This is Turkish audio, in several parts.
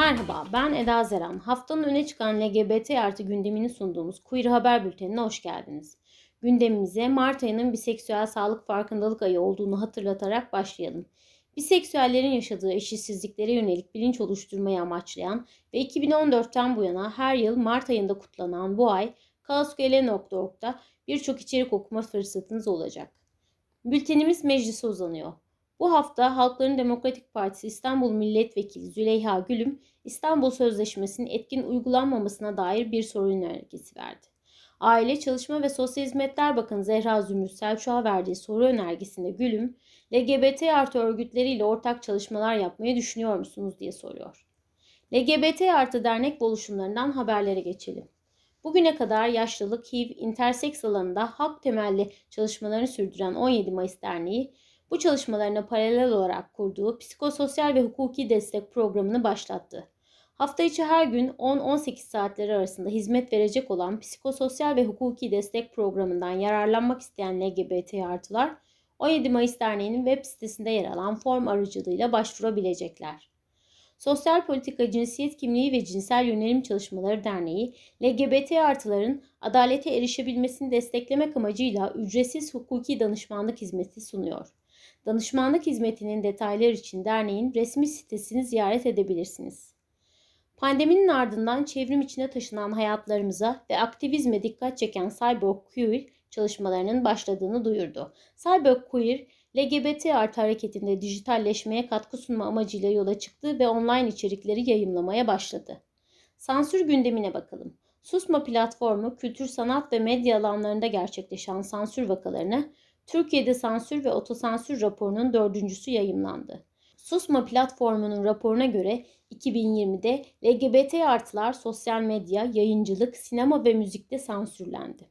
Merhaba, ben Eda Zeren. Haftanın öne çıkan LGBT artı gündemini sunduğumuz Queer Haber Bülteni'ne hoş geldiniz. Gündemimize Mart ayının biseksüel sağlık farkındalık ayı olduğunu hatırlatarak başlayalım. Biseksüellerin yaşadığı eşitsizliklere yönelik bilinç oluşturmayı amaçlayan ve 2014'ten bu yana her yıl Mart ayında kutlanan bu ay kaosgl.org'da birçok içerik okuma fırsatınız olacak. Bültenimiz meclise uzanıyor. Bu hafta Halkların Demokratik Partisi İstanbul Milletvekili Züleyha Gülüm, İstanbul Sözleşmesi'nin etkin uygulanmamasına dair bir soru önergesi verdi. Aile, Çalışma ve Sosyal Hizmetler Bakanı Zehra Zümrüt Selçuk'a verdiği soru önergesinde Gülüm, LGBT artı örgütleriyle ortak çalışmalar yapmayı düşünüyor musunuz diye soruyor. LGBT artı dernek ve oluşumlarından haberlere geçelim. Bugüne kadar yaşlılık, HIV, interseks alanında hak temelli çalışmalarını sürdüren 17 Mayıs Derneği, bu çalışmalarına paralel olarak kurduğu psikososyal ve hukuki destek programını başlattı. Hafta içi her gün 10-18 saatleri arasında hizmet verecek olan psikososyal ve hukuki destek programından yararlanmak isteyen LGBT artılar, 17 Mayıs Derneği'nin web sitesinde yer alan form aracılığıyla başvurabilecekler. Sosyal Politika Cinsiyet Kimliği ve Cinsel Yönelim Çalışmaları Derneği, LGBT artıların adalete erişebilmesini desteklemek amacıyla ücretsiz hukuki danışmanlık hizmeti sunuyor. Danışmanlık hizmetinin detayları için derneğin resmi sitesini ziyaret edebilirsiniz. Pandeminin ardından çevrim içine taşınan hayatlarımıza ve aktivizme dikkat çeken CyberQueer çalışmalarının başladığını duyurdu. CyberQueer, LGBT artı hareketinde dijitalleşmeye katkı sunma amacıyla yola çıktı ve online içerikleri yayımlamaya başladı. Sansür gündemine bakalım. Susma platformu, kültür, sanat ve medya alanlarında gerçekleşen sansür vakalarını Türkiye'de sansür ve otosansür raporunun 4.'sü yayımlandı. Susma platformunun raporuna göre 2020'de LGBT artılar sosyal medya, yayıncılık, sinema ve müzikte sansürlendi.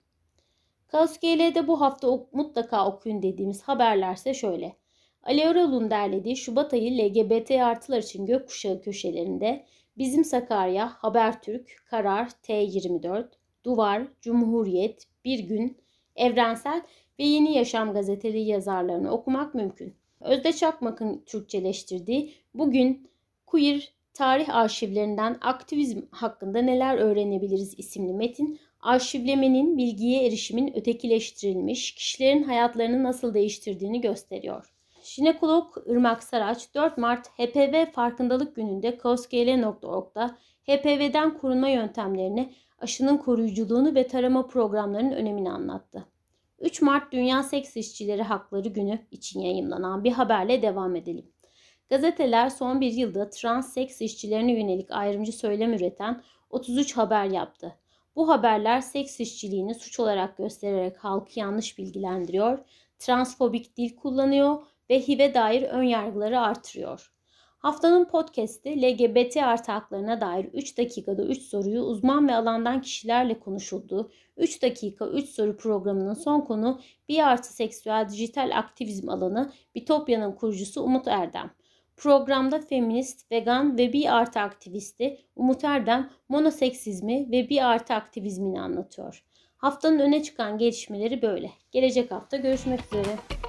Kaos GL'de bu hafta mutlaka okuyun dediğimiz haberlerse şöyle. Ali Erol'un derlediği Şubat ayı LGBT artılar için gökkuşağı köşelerinde Bizim Sakarya, Habertürk, Karar, T24, Duvar, Cumhuriyet, Bir Gün, Evrensel ve Yeni Yaşam gazeteli yazarlarını okumak mümkün. Özde Çakmak'ın Türkçeleştirdiği Bugün Queer Tarih Arşivlerinden Aktivizm Hakkında Neler Öğrenebiliriz isimli metin, arşivlemenin bilgiye erişimin ötekileştirilmiş kişilerin hayatlarını nasıl değiştirdiğini gösteriyor. Jinekolog Irmak Saraç 4 Mart HPV Farkındalık Günü'nde kaosgl.org'da HPV'den korunma yöntemlerini, aşının koruyuculuğunu ve tarama programlarının önemini anlattı. 3 Mart Dünya Seks İşçileri Hakları Günü için yayımlanan bir haberle devam edelim. Gazeteler son bir yılda trans seks işçilerine yönelik ayrımcı söylem üreten 33 haber yaptı. Bu haberler seks işçiliğini suç olarak göstererek halkı yanlış bilgilendiriyor, transfobik dil kullanıyor ve HIV'e dair önyargıları artırıyor. Haftanın podcast'i LGBT artı haklarına dair 3 dakikada 3 soruyu uzman ve alandan kişilerle konuşulduğu 3 dakika 3 soru programının son konu bi artı seksüel dijital aktivizm alanı Bitopya'nın kurucusu Umut Erdem. Programda feminist, vegan ve bi artı aktivisti Umut Erdem monoseksizmi ve bi artı aktivizmini anlatıyor. Haftanın öne çıkan gelişmeleri böyle. Gelecek hafta görüşmek üzere.